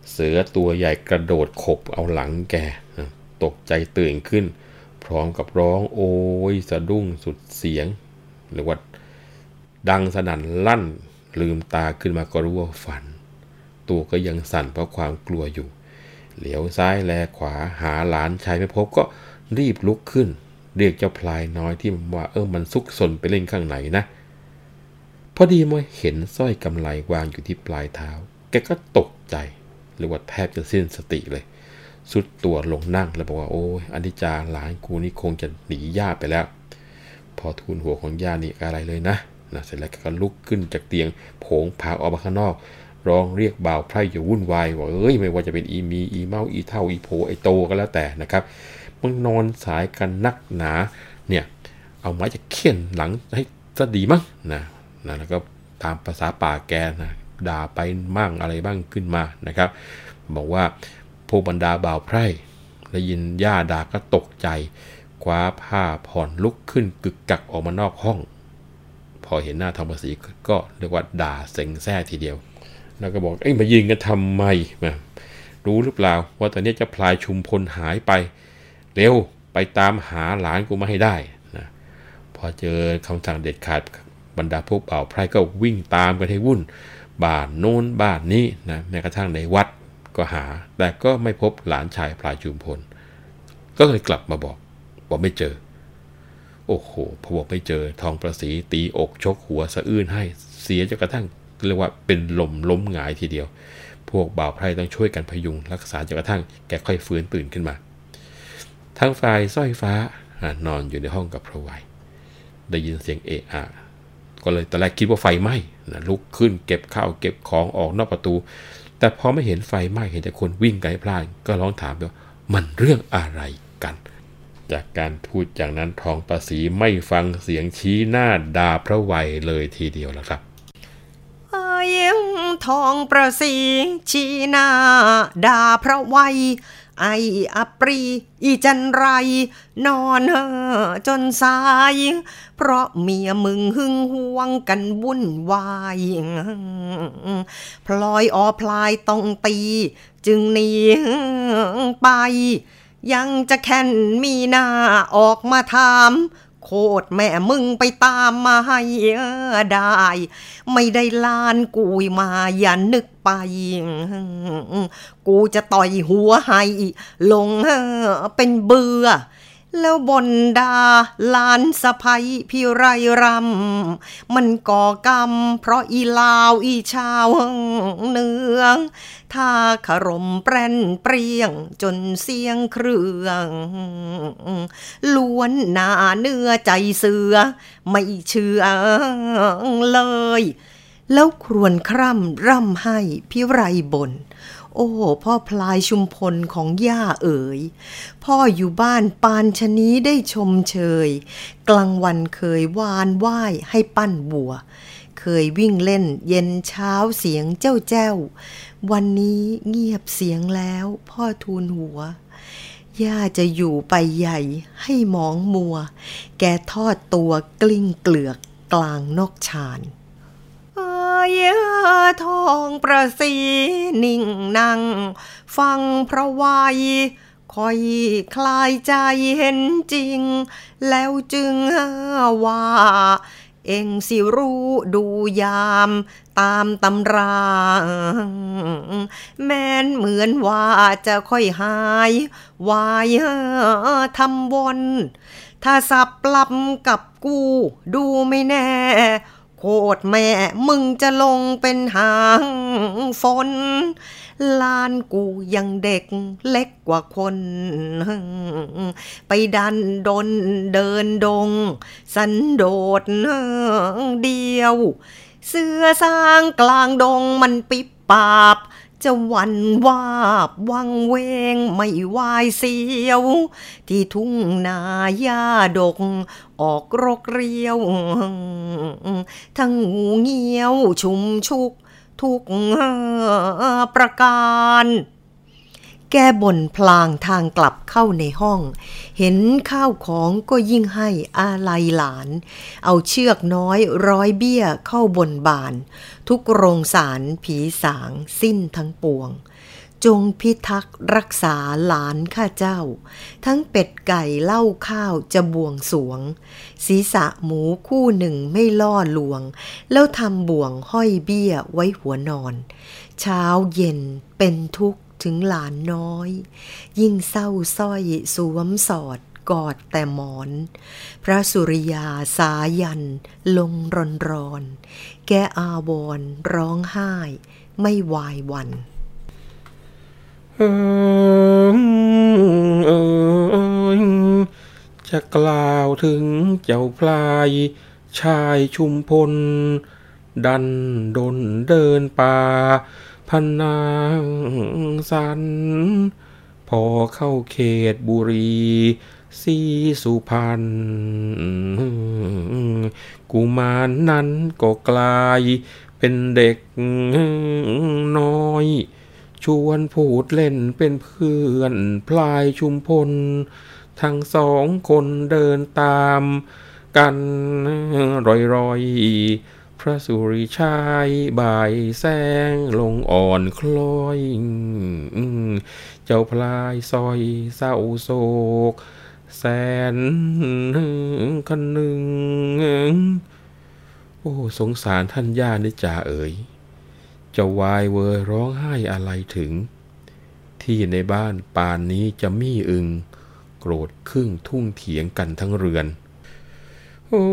เสือตัวใหญ่กระโดดขบเอาหลังแกตกใจตื่นขึ้นพร้อมกับร้องโอยสะดุ้งสุดเสียงหรือว่าดังสนั่นลั่นลืมตาขึ้นมาก็รู้ว่าฝันตัวก็ยังสั่นเพราะความกลัวอยู่เหลียวซ้ายแลขวาหาหลานชายไม่พบก็รีบลุกขึ้นเรียกเจ้าพลายน้อยที่ว่าเออมันซุกซนไปเล่นข้างไหนนะพอดีมาเห็นสร้อยกำไลวางอยู่ที่ปลายเท้าแกก็ตกใจหรือว่าแทบจะสิ้นสติเลยสุดตัวลงนั่งแล้วบอกว่าโอ้ยอนิจจาหลานกูนี่คงจะหนีย่าไปแล้วพอทูลหัวของย่านี่อะไรเลยนะนะเสร็จแล้วก็ลุกขึ้นจากเตียงโผงผางออกมาข้างนอกร้องเรียกบ่าวไพร่อยู่วุ่นวายว่าเอ้ยไม่ว่าจะเป็นอีมีอีเมาอีเท่าอีโผไอโตก็แล้วแต่นะครับมึงนอนสายกันนักหนาเนี่ยเอาไม้จะเขี่ยนหลังให้ซะดีมั้งนะนะแล้วก็ตามภาษาป่าแกนะด่าไปมั่งอะไรบ้างขึ้นมานะครับบอกว่าพวกบรรดาบ่าวไพร่ได้ยินย่าด่าก็ตกใจคว้าผ้าผ่อนลุกขึ้นกึกกักออกมานอกห้องพอเห็นหน้าทองประสีก็เรียกว่าด่าเซ็งแซ่ทีเดียวแล้วก็บอกเอ้ยมายิงกันทำไมมารู้หรือเปล่าว่าตอนนี้เจ้าพลายชุมพลหายไปเร็วไปตามหาหลานกูมาให้ได้นะพอเจอคำสั่งเด็ดขาดบรรดาพวกบ่าวไพร่ก็วิ่งตามกันให้วุ่นบ้านโน้นบ้านนี้นะแม้กระทั่งในวัดก็หาแต่ก็ไม่พบหลานชายพลายชุมพลก็เลยกลับมาบอกว่าไม่เจอโอ้โหพอบอกไม่เจอทองประสีตีอกชกหัวสะอื้นให้เสียจนกระทั่งเรียกว่าเป็นลมล้มหงายทีเดียวพวกบ่าวไพร่ต้องช่วยกันพยุงรักษาจนกระทั่งแกค่อยฟื้นตื่นขึ้นมาทางฝ่ายสร้อยฟ้านอนอยู่ในห้องกับพระไวยได้ยินเสียงเอะอะก็เลยตอนแรกคิดว่าไฟไหม้นะลุกขึ้นเก็บข้าวเก็บของออกนอกประตูแต่พอไม่เห็นไฟไหม้เห็นแต่คนวิ่งไกลพลาดก็ร้องถามว่ามันเรื่องอะไรกันจากการพูดอย่างนั้นทองประสีไม่ฟังเสียงชี้หน้าด่าพระไวยเลยทีเดียวละครับเยี่ยงทองประสีชี้หน้าด่าพระไวยไออัปรีอีจันไรนอนเฮอจนสายเพราะเมียมึงหึงหวงกันวุ่นวายพลอยอพลายต้องตีจึงหนีไปยังจะแค่นมีหน้าออกมาถามโคตรแม่มึงไปตามมาให้ได้ไม่ได้ลานกูมาอย่านึกไปกูจะต่อยหัวให้ลงเป็นเบื่อแล้วบนดาลานสะใภ้พี่ไรรำมันก่อกรรมเพราะอีลาวอีชาวเนืองถ้าขรมแปรนเปรี้ยงจนเสียงเครื่องล้วนหน้าเนื้อใจเสือไม่เชื่อเลยแล้วครวญคร่ำร่ำให้พี่ไรบ่นโอ้พ่อพลายชุมพลของย่าเอ๋ยพ่ออยู่บ้านปานชะนี้ได้ชมเชยกลางวันเคยวานไหว้ให้ปั้นบัวเคยวิ่งเล่นเย็นเช้าเสียงเจ้าแจ้ววันนี้เงียบเสียงแล้วพ่อทูลหัวย่าจะอยู่ไปใหญ่ให้มองมัวแกทอดตัวกลิ้งเกลือกกลางนอกชานเยอะทองประสีนิ่งนั่งฟังพระไวยคอยคลายใจเห็นจริงแล้วจึงว่าเอ็งสิรู้ดูยามตามตำราแม้นเหมือนว่าจะค่อยหายวายทำวนถ้าสับปรับกับกูดูไม่แน่โคตรแม่มึงจะลงเป็นหางฝนลานกูยังเด็กเล็กกว่าคนไปดันดนเดินดงสันโดษเดียวเสือสร้างกลางดงมันปิบปาบจะวันวาบวังเวงไม่วายเสียวที่ทุ่งนาหญ้าดกออกรกเรียวทั้งงูเงี้ยวชุมชุกทุกประการแกบ่นพลางทางกลับเข้าในห้องเห็นข้าวของก็ยิ่งให้อาลัยหลานเอาเชือกน้อยร้อยเบี้ยเข้าบนบานทุกโรงสารผีสางสิ้นทั้งปวงจงพิทักษ์รักษาหลานข้าเจ้าทั้งเป็ดไก่เหล้าข้าวจะบวงสรวงศีรษะหมูคู่หนึ่งไม่ล่อลวงแล้วทำบ่วงห้อยเบี้ยไว้หัวนอนเช้าเย็นเป็นทุกข์ถึงหลานน้อยยิ่งเศร้าส้อยสวมสอดกอดแต่หมอนพระสุริยาสายันลงรอนรอนแกอาวรร้องไห้ไม่วายวันเออเออจะกล่าวถึงเจ้าพลายชายชุมพลดันดนเดินป่าพันนางสันพอเข้าเขตบุรีศรีสุพรรณกุมารนั้นก็กลายเป็นเด็กน้อยชวนพูดเล่นเป็นเพื่อนพลายชุมพลทั้งสองคนเดินตามกันรอยๆพระสุริชัยบ่ายแสงลงอ่อนคล้อยเจ้าพลายซอยเศร้าโศกแสนคันหนึ่งโอ้สงสารท่านย่านิจ่าเอ๋ยจะวายเวยร้องไห้อะไรถึงที่ในบ้านป่านนี้จะมี่อึงโกรธครึ่งทุ่งเถียงกันทั้งเรือนโอ้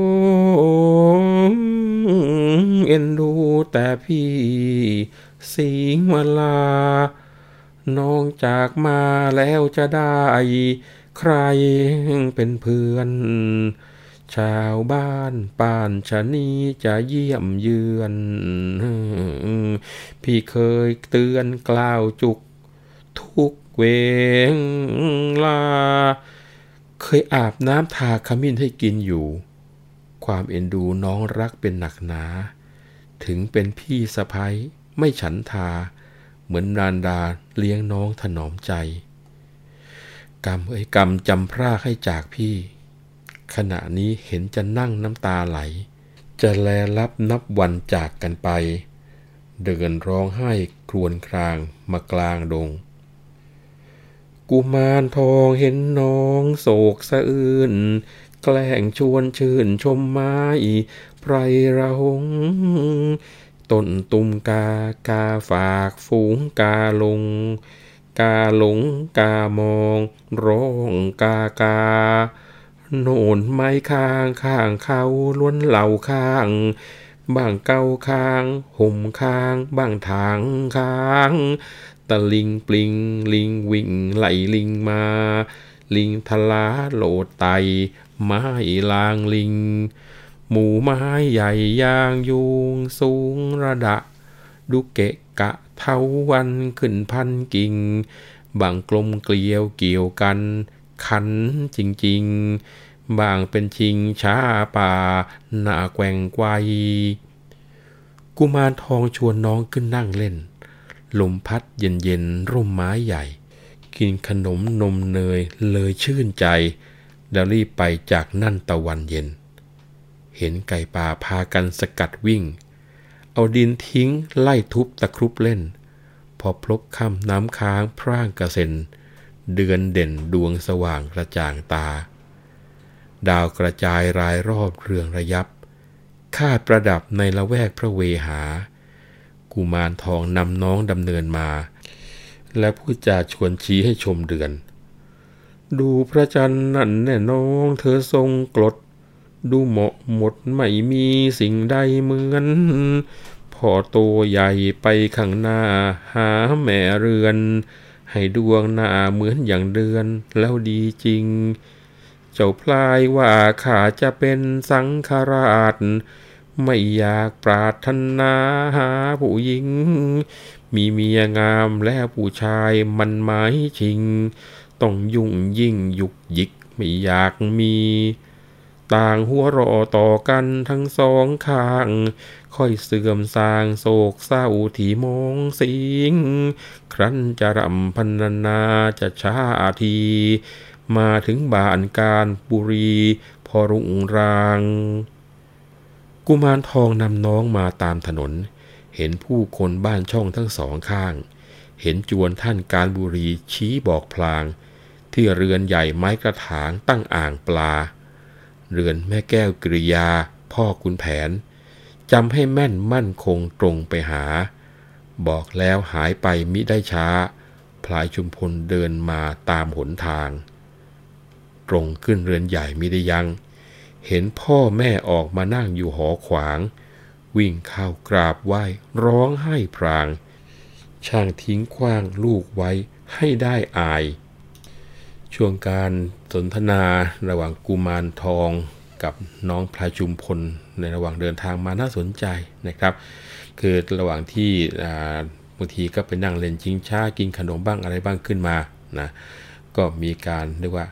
เอ็นดูแต่พี่สิงห์มาลาน้องจากมาแล้วจะได้ใครเป็นเพื่อนชาวบ้านป่านชะนีจะเยี่ยมเยือนพี่เคยเตือนกล่าวจุกทุกเวลาเคยอาบน้ำทาขมิ้นให้กินอยู่ความเอ็นดูน้องรักเป็นหนักหนาถึงเป็นพี่สะใภ้ไม่ฉันทาเหมือนนารดาเลี้ยงน้องถนอมใจกรรมเอ้ยกรรมจำพรากให้จากพี่ขณะนี้เห็นจะนั่งน้ำตาไหลจะแลรับนับวันจากกันไปเดินร้องไห้ครวญครางมากลางดงกุมารทองเห็นน้องโศกสะอื้นแกล้งชวนชื่นชมไม้ไพรระหงต้นตุมกากาฝากฝูงกาลงกาหลงกามองร้องกากาโน่นไม้ข้างข้างเขาล้วนเหล่าข้างบ้างเก้าข้างห่มข้างบ้างทางข้างตะลิงปลิงลิงวิ่งไหลลิงมาลิงทลาโลดไตไม้ลางลิงหมู่ไม้ใหญ่ยางยุงสูงระดะดูเกะกะเทาวันขึ้นพันกิ่งบางกลมเกลียวเกี่ยวกันขันจริงๆบางเป็นชิงช้าป่าหน้าแกว่งไกวกุมารทองชวนน้องขึ้นนั่งเล่นลมพัดเย็นๆร่มไม้ใหญ่กินขนมนมเนยเลยชื่นใจแล้วรีบไปจากนั่นตะวันเย็นเห็นไก่ป่าพากันสกัดวิ่งเอาดินทิ้งไล่ทุบตะครุบเล่นพอพลบค่ำน้ำค้างพร่างกระเซ็นเดือนเด่นดวงสว่างกระจ่างตาดาวกระจายรายรอบเรืองระยับคาดประดับในละแวกพระเวหากุมารทองนำน้องดำเนินมาและพูดจาชวนชี้ให้ชมเดือนดูพระจันทร์นั่นแน่น้องเธอทรงกลดดูเหมาะหมดไม่มีสิ่งใดเหมือนพอโตใหญ่ไปข้างหน้าหาแม่เรือนให้ดวงหน้าเหมือนอย่างเดือนแล้วดีจริงเจ้าพลายว่าข้าจะเป็นสังฆราชไม่อยากปรารถนาหาผู้หญิงมีเมียงามและผู้ชายมันหมายชิงต้องยุ่งยิ่งยุกยิกไม่อยากมีต่างหัวเราะต่อกันทั้งสองข้างค่อยเสื่อมสร้างโศกเศร้าที่มองสิงครั้นจะรำพรรณนาจะช้าทีมาถึงบ้านการบุรีพอรุ่งรางกุมารทองนำน้องมาตามถนนเห็นผู้คนบ้านช่องทั้งสองข้างเห็นจวนท่านการบุรีชี้บอกพลางที่เรือนใหญ่ไม้กระถางตั้งอ่างปลาเรือนแม่แก้วกริยาพ่อขุนแผนจำให้แม่นมั่นคงตรงไปหาบอกแล้วหายไปมิได้ช้าพลายชุมพลเดินมาตามหนทางตรงขึ้นเรือนใหญ่มิได้ยังเห็นพ่อแม่ออกมานั่งอยู่หอขวางวิ่งเข้ากราบไหว้ร้องไห้พรางช่างทิ้งขว้างลูกไว้ให้ได้อายช่วงการสนทนาระหว่างกุมารทองกับน้องพลายชุมพลในระหว่างเดินทางมาน่าสนใจนะครับคือระหว่างที่บางทีก็ไปนั่งเล่นชิงช้ากินขนมบ้างอะไรบ้างขึ้นมานะก็มีการเรียกว่า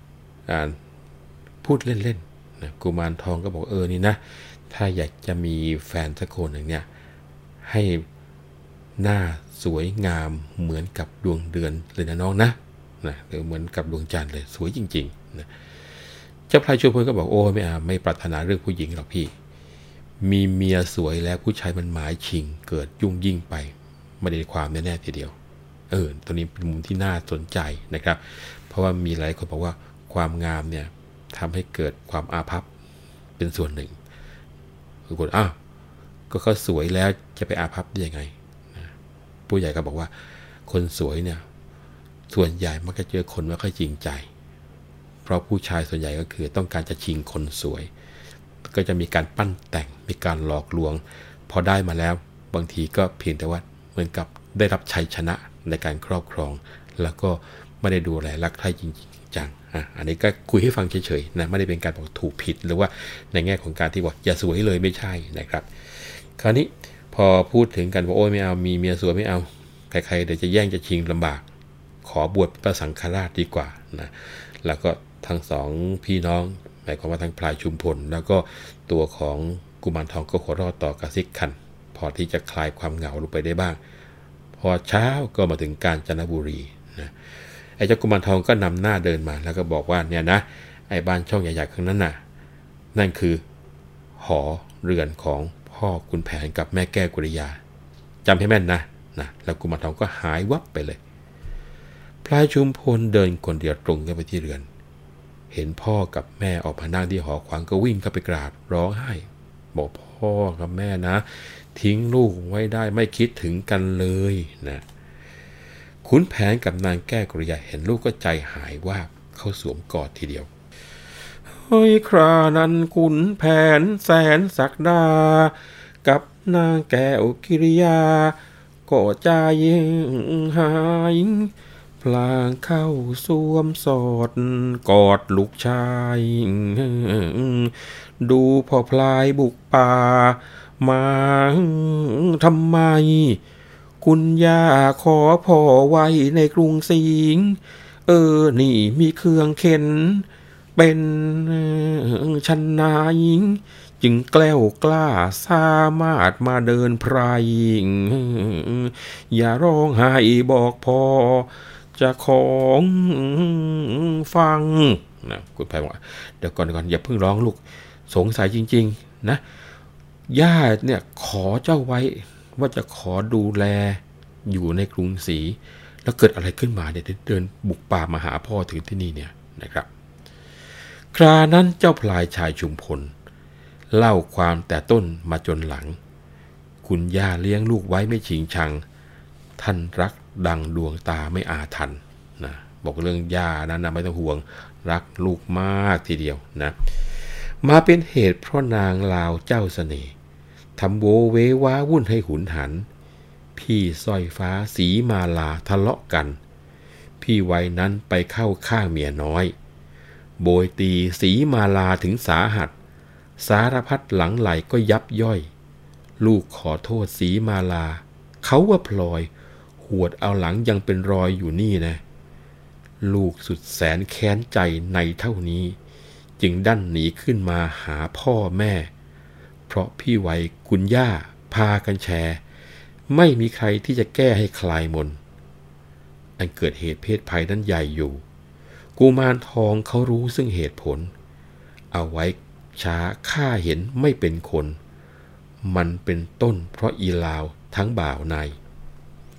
พูดเล่นๆนะกุมารทองก็บอกเออนี่นะถ้าอยากจะมีแฟนสักคนหนึ่งเนี่ยให้หน้าสวยงามเหมือนกับดวงเดือนเลยนะน้องนะนะหรือเหมือนกับดวงจันทร์เลยสวยจริงๆนะเจ้าพลายชุมพลก็บอกโอ้ไม่เอาไม่ปรารถนาเรื่องผู้หญิงหรอกพี่มีเมียสวยแล้วผู้ชายมันหมายชิงเกิดยุ่งยิ่งไปไม่ได้ความแน่ๆทีเดียวเออตัวนี้เป็นมุมที่น่าสนใจนะครับเพราะว่ามีหลายคนบอกว่าความงามเนี่ยทำให้เกิดความอาภัพเป็นส่วนหนึ่งคือคนอ้าวก็เขาสวยแล้วจะไปอาภัพได้ยังไงนะผู้ใหญ่ก็บอกว่าคนสวยเนี่ยส่วนใหญ่มักจะเจอคนไม่ค่อยจริงใจเพราะผู้ชายส่วนใหญ่ก็คือต้องการจะชิงคนสวยก็จะมีการปั้นแต่งมีการหลอกลวงพอได้มาแล้วบางทีก็เพียงแต่ว่าเหมือนกับได้รับชัยชนะในการครอบครองแล้วก็ไม่ได้ดูแลรักใคร่จริงจังอ่ะอันนี้ก็คุยให้ฟังเฉยๆนะไม่ได้เป็นการบอกถูกผิดหรือว่าในแง่ของการที่บอกอย่าสวยเลยไม่ใช่นะครับคราวนี้พอพูดถึงกันว่าโอ้ยไม่เอามีเมียสวยไม่เอาใครๆเดี๋ยวจะแย่งจะชิงลำบากขอบวชพระสังฆราชดีกว่านะแล้วก็ทั้งสองพี่น้องหมายความว่าทั้งพลายชุมพลแล้วก็ตัวของกุมารทองก็หัวเราะต่อกระซิกคันพอที่จะคลายความเหงาลงไปได้บ้างพอเช้าก็มาถึงกาญจนบุรีนะไอ้เจ้ากุมารทองก็นำหน้าเดินมาแล้วก็บอกว่าเนี่ยนะไอ้บ้านช่องใหญ่ๆข้างนั้นน่ะนั่นคือหอเรือนของพ่อขุนแผนกับแม่แก้วกุริยาจำให้แม่นนะนะแล้วกุมารทองก็หายวับไปเลยพลายชุมพลเดินคนเดียวตรงเข้าไปที่เรือนเห็นพ่อกับแม่ออกมานั่งที่หอขวางก็วิ่งเข้าไปกราบร้องไห้บอกพ่อกับแม่นะทิ้งลูกไว้ได้ไม่คิดถึงกันเลยนะขุนแผนกับนางแก้วกุริยาเห็นลูกก็ใจหายว่าเขาสวมกอดทีเดียวเฮ้ยครานั้นขุนแผนแสนศักดากับนางแก้วกิริยาก็ใจหายพลางเข้าสวมสอดกอดลูกชายดูพ่อพลายบุกป่ามาทำไมคุณย่าขอพ่อไว้ในกรุงสิงห์เออนี่มีเครื่องเข็นเป็นชันนายจึงแกล้วกล้าสามารถมาเดินไพรอย่าร้องไห้บอกพ่อจะของฟังนะคุณแพรว่าเดี๋ยวก่อนก่อนอย่าเพิ่งร้องลูกสงสัยจริงๆนะย่าเนี่ยขอเจ้าไว้ว่าจะขอดูแลอยู่ในกรุงศรีแล้วเกิดอะไรขึ้นมาเนี่ยเดินบุกป่ามาหาพ่อถึงที่นี่เนี่ยนะครับครานั้นเจ้าพลายชายชุมพลเล่าความแต่ต้นมาจนหลังคุณย่าเลี้ยงลูกไว้ไม่ชิงชังท่านรักดังดวงตาไม่อาทันนะบอกเรื่องย่านั้นนะไม่ต้องห่วงรักลูกมากทีเดียวนะมาเป็นเหตุเพราะนางลาวเจ้าเสน่ห์ทำโวเวว้าวุ่นให้หุนหันพี่สร้อยฟ้าสีมาลาทะเลาะกันพี่วัยนั้นไปเข้าข้างเมียน้อยโบยตีสีมาลาถึงสาหัสสารพัดหลังไหลก็ยับย่อยลูกขอโทษสีมาลาเขาว่าพลอยหวดเอาหลังยังเป็นรอยอยู่นี่นะลูกสุดแสนแค้นใจในเท่านี้จึงดันหนีขึ้นมาหาพ่อแม่เพราะพี่ไว้คุณย่าพากันแชร์ไม่มีใครที่จะแก้ให้คลายมนอันเกิดเหตุเพศภัยนั้นใหญ่อยู่กุมารทองเขารู้ซึ่งเหตุผลเอาไว้ช้าข้าเห็นไม่เป็นคนมันเป็นต้นเพราะอีลาวทั้งบ่าวใน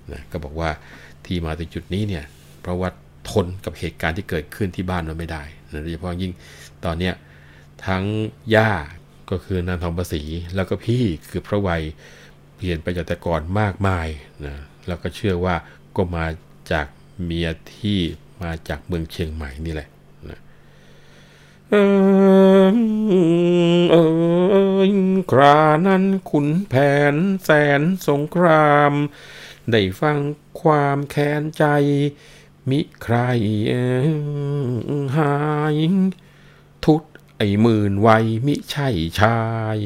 นะก็บอกว่าที่มาถึงจุดนี้เนี่ยเพราะว่าทนกับเหตุการณ์ที่เกิดขึ้นที่บ้านเราไม่ได้นะโดยเฉพาะยิ่งตอนเนี้ยทั้งย่าก็คือนางทองประศรีแล้วก็พี่คือพระวัยเปลี่ยนไปจากแต่ก่อนมากมายนะแล้วก็เชื่อว่าก็มาจากเมียที่มาจากเมืองเชียงใหม่นี่แหละนะเออเออครานั้นขุนแผนแสนสงครามได้ฟังความแค้นใจมิใครหายทุตไอ้หมื่นวัยมิใช่ชาย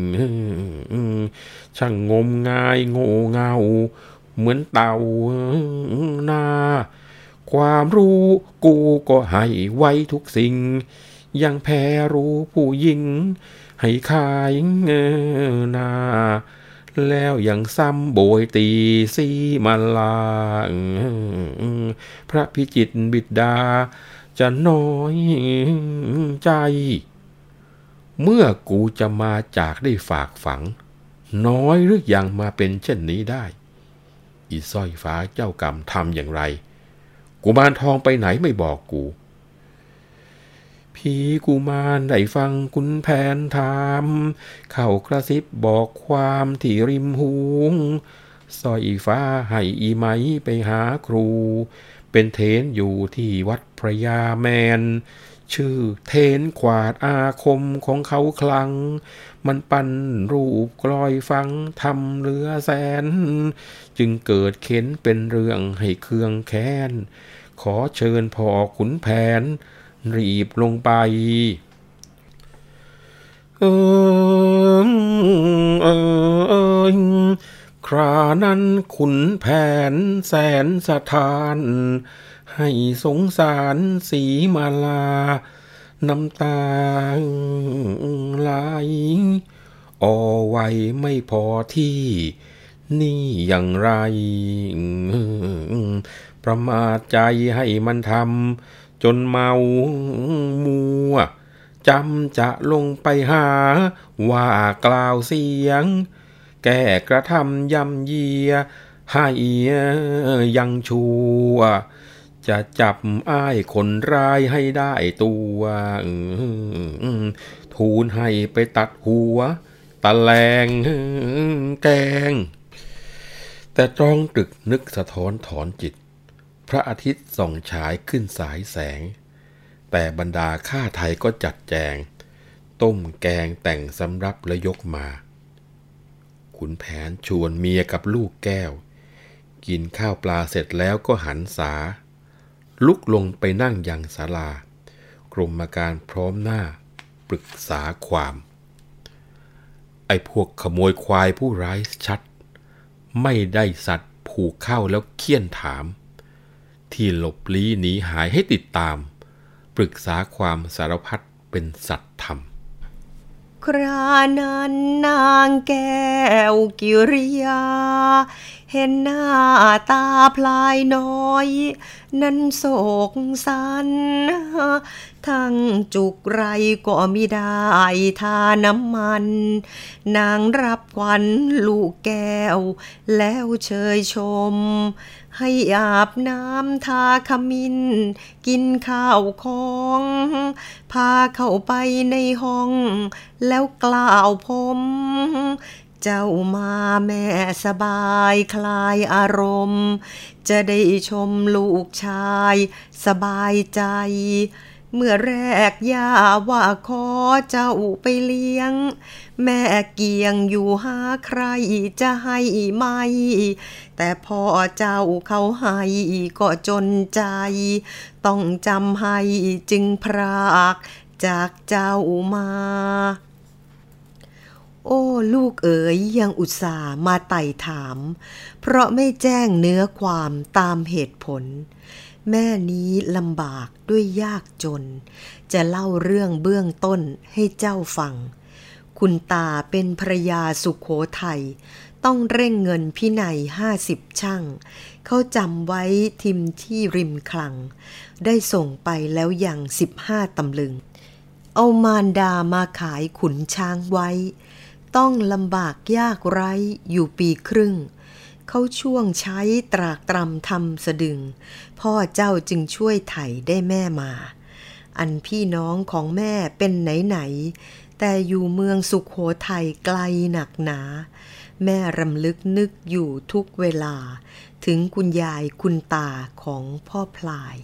ช่างงมงายโง่เงาเหมือนเต่านาความรู้กูก็ให้ไว้ทุกสิ่งยังแพ้รู้ผู้หญิงให้ขายนาแล้วยังซ้ำโบยตีสีมาลาพระพิจิตรบิดาจะน้อยใจเมื่อกูจะมาจากได้ฝากฝังน้อยหรือยังมาเป็นเช่นนี้ได้อีสร้อยฟ้าเจ้ากรรมทำอย่างไรกุมารทองไปไหนไม่บอกกูพี่กุมารได้ฟังคุณแผนถามเข้ากระซิบบอกความที่ริมหูสร้อยฟ้าให้อีไหมไปหาครูเป็นเทนอยู่ที่วัดพระยาแมนชื่อเทนขวาดอาคมของเขาคลังมันปั้นรูปกลอยฟังทำเหลือแสนจึงเกิดเข็นเป็นเรื่องให้เครื่องแค้นขอเชิญพ่อขุนแผนรีบลงไปเออเออครานั้นขุนแผนแสนสถานให้สงสารสีมาลาน้ำตาไหลอ่อไว้ไม่พอที่นี่อย่างไรประมาทใจให้มันทำจนเมามัวจำจะลงไปหาว่ากล่าวเสียงแก้กระทำย่ำเยียให้ยังชั่วจะจับอ้ายคนร้ายให้ได้ตัวทูลให้ไปตัดหัวตะแลงแกงแต่ตรองตรึกนึกสะท้อนถอนจิตพระอาทิตย์ส่องฉายขึ้นสายแสงแต่บรรดาข้าไทยก็จัดแจงต้มแกงแต่งสำรับและยกมาขุนแผนชวนเมียกับลูกแก้วกินข้าวปลาเสร็จแล้วก็หันษาลุกลงไปนั่งยังศาลากรมการพร้อมหน้าปรึกษาความไอ้พวกขโมยควายผู้ร้ายชัดไม่ได้สัตว์ผูกเข้าแล้วเคี่ยนถามที่หลบลี้หนีหายให้ติดตามปรึกษาความสารพัดเป็นสัตธรรมครานั้นนางแก้วกิริยาเห็นหน้าตาพลายน้อยนั้นโศกสันทั้งจุกไรก็มิได้ทาน้ำมันนางรับขวัญลูกแก้วแล้วเชยชมให้อาบน้ำทาขมิ้นกินข้าวของพาเข้าไปในห้องแล้วกล่าวพมเจ้ามาแม่สบายคลายอารมณ์จะได้ชมลูกชายสบายใจเมื่อแรกย่าว่าขอเจ้าไปเลี้ยงแม่เกียงอยู่หาใครจะให้ไหมแต่พอเจ้าเขาให้ก็จนใจต้องจำให้จึงพรากจากเจ้ามาโอ้ลูกเอ๋ยยังอุตส่าห์มาไต่ถามเพราะไม่แจ้งเนื้อความตามเหตุผลแม่นี้ลำบากด้วยยากจนจะเล่าเรื่องเบื้องต้นให้เจ้าฟังคุณตาเป็นภรยาสุโขทัยต้องเร่งเงินพินัยห้าสิบช่างเขาจำไว้ทิมที่ริมคลังได้ส่งไปแล้วยังสิบห้าตำลึงเอามารดามาขายขุนช้างไว้ต้องลำบากยากไร้อยู่ปีครึ่งเขาช่วงใช้ตรากตรำทำสะดึงพ่อเจ้าจึงช่วยไถ่ได้แม่มาอันพี่น้องของแม่เป็นไหนๆแต่อยู่เมืองสุโขทัยไกลหนักหนาแม่รำลึกนึกอยู่ทุกเวลาถึงคุณยายคุณตาของพ่อพลาย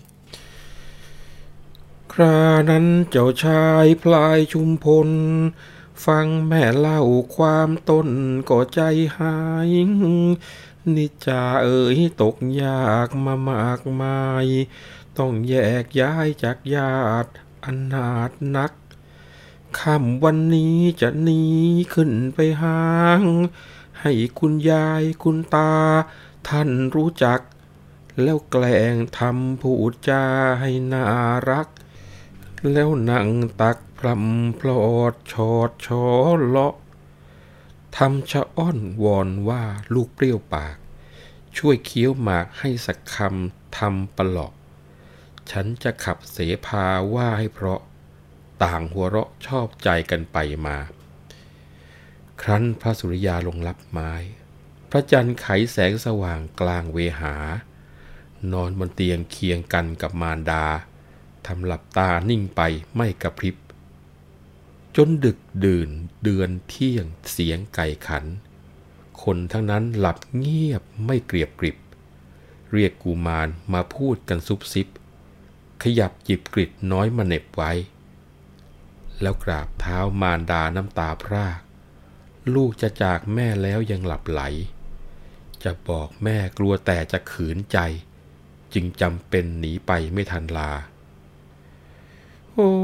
ครานั้นเจ้าชายพลายชุมพลฟังแม่เล่าความต้นก็ใจหายนิจาเอ๋ยตกยากมามากมายต้องแยกย้ายจากญาติอนาถนักค่ำวันนี้จะหนีขึ้นไปหางให้คุณยายคุณตาท่านรู้จักแล้วแกล้งทำพูดจาให้น่ารักแล้วนั่งตักพรำพลอดชอดชอเลาะทำชะอ้อนวอนว่าลูกเปรี้ยวปากช่วยเคี้ยวหมากให้สักคำทำปลอกฉันจะขับเสภาว่าให้เพราะต่างหัวเราะชอบใจกันไปมาครั้นพระสุริยาลงลับไม้พระจันทร์ไขแสงสว่างกลางเวหานอนบนเตียงเคียงกันกับมารดาทำหลับตานิ่งไปไม่กระพริบจนดึกดื่นเดือนเที่ยงเสียงไก่ขันคนทั้งนั้นหลับเงียบไม่เกรียบกริบเรียกกุมารมาพูดกันซุบซิบขยับหยิบกริดน้อยมาเหน็บไว้แล้วกราบเท้ามารดาน้ำตาพรากลูกจะจากแม่แล้วยังหลับไหลจะบอกแม่กลัวแต่จะขืนใจจึงจำเป็นหนีไปไม่ทันลาโอ้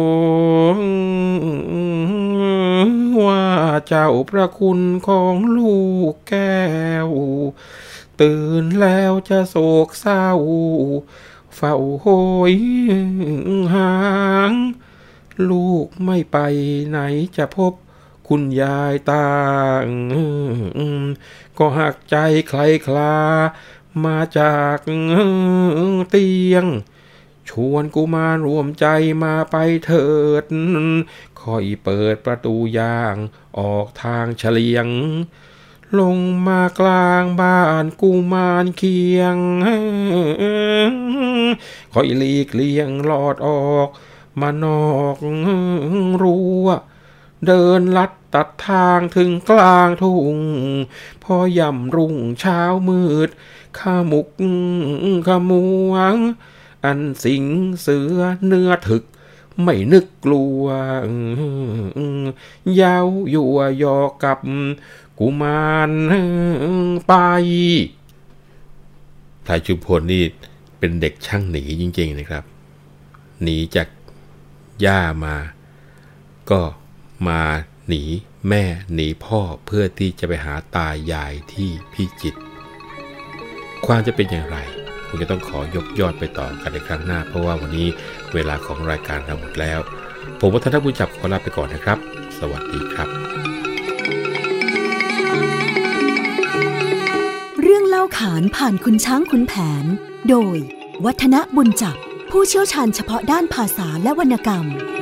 ว่าเจ้าพระคุณของลูกแก้วตื่นแล้วจะโศกเศร้าเฝ้าโหยหางลูกไม่ไปไหนจะพบคุณยายตาก็หักใจใครคลามาจากเตียงชวนกุมารรวมใจมาไปเถิดค่อยเปิดประตูย่างออกทางเฉลียงลงมากลางบ้านกุมารเคียงค่อยหลีกเลี่ยงลอดออกมานอกรั้วเดินลัดตัดทางถึงกลางทุ่งพอย่ำรุ่งเช้ามืดข้ามุกขมัวอันสิงเสือเนื้อถึกไม่นึกกลัวยาวยั่วยอกับกุมารไปพลายชุมพลนี่เป็นเด็กช่างหนีจริงๆนะครับหนีจากย่ามาก็มาหนีแม่หนีพ่อเพื่อที่จะไปหาตายายที่พิจิตรความจะเป็นอย่างไรคงจะต้องขอยกยอดไปต่อกันในครั้งหน้าเพราะว่าวันนี้เวลาของรายการเราหมดแล้วผมวัฒนบุญจับขอลาไปก่อนนะครับสวัสดีครับเรื่องเล่าขานผ่านคุณช้างคุณแผนโดยวัฒนบุญจับผู้เชี่ยวชาญเฉพาะด้านภาษาและวรรณกรรม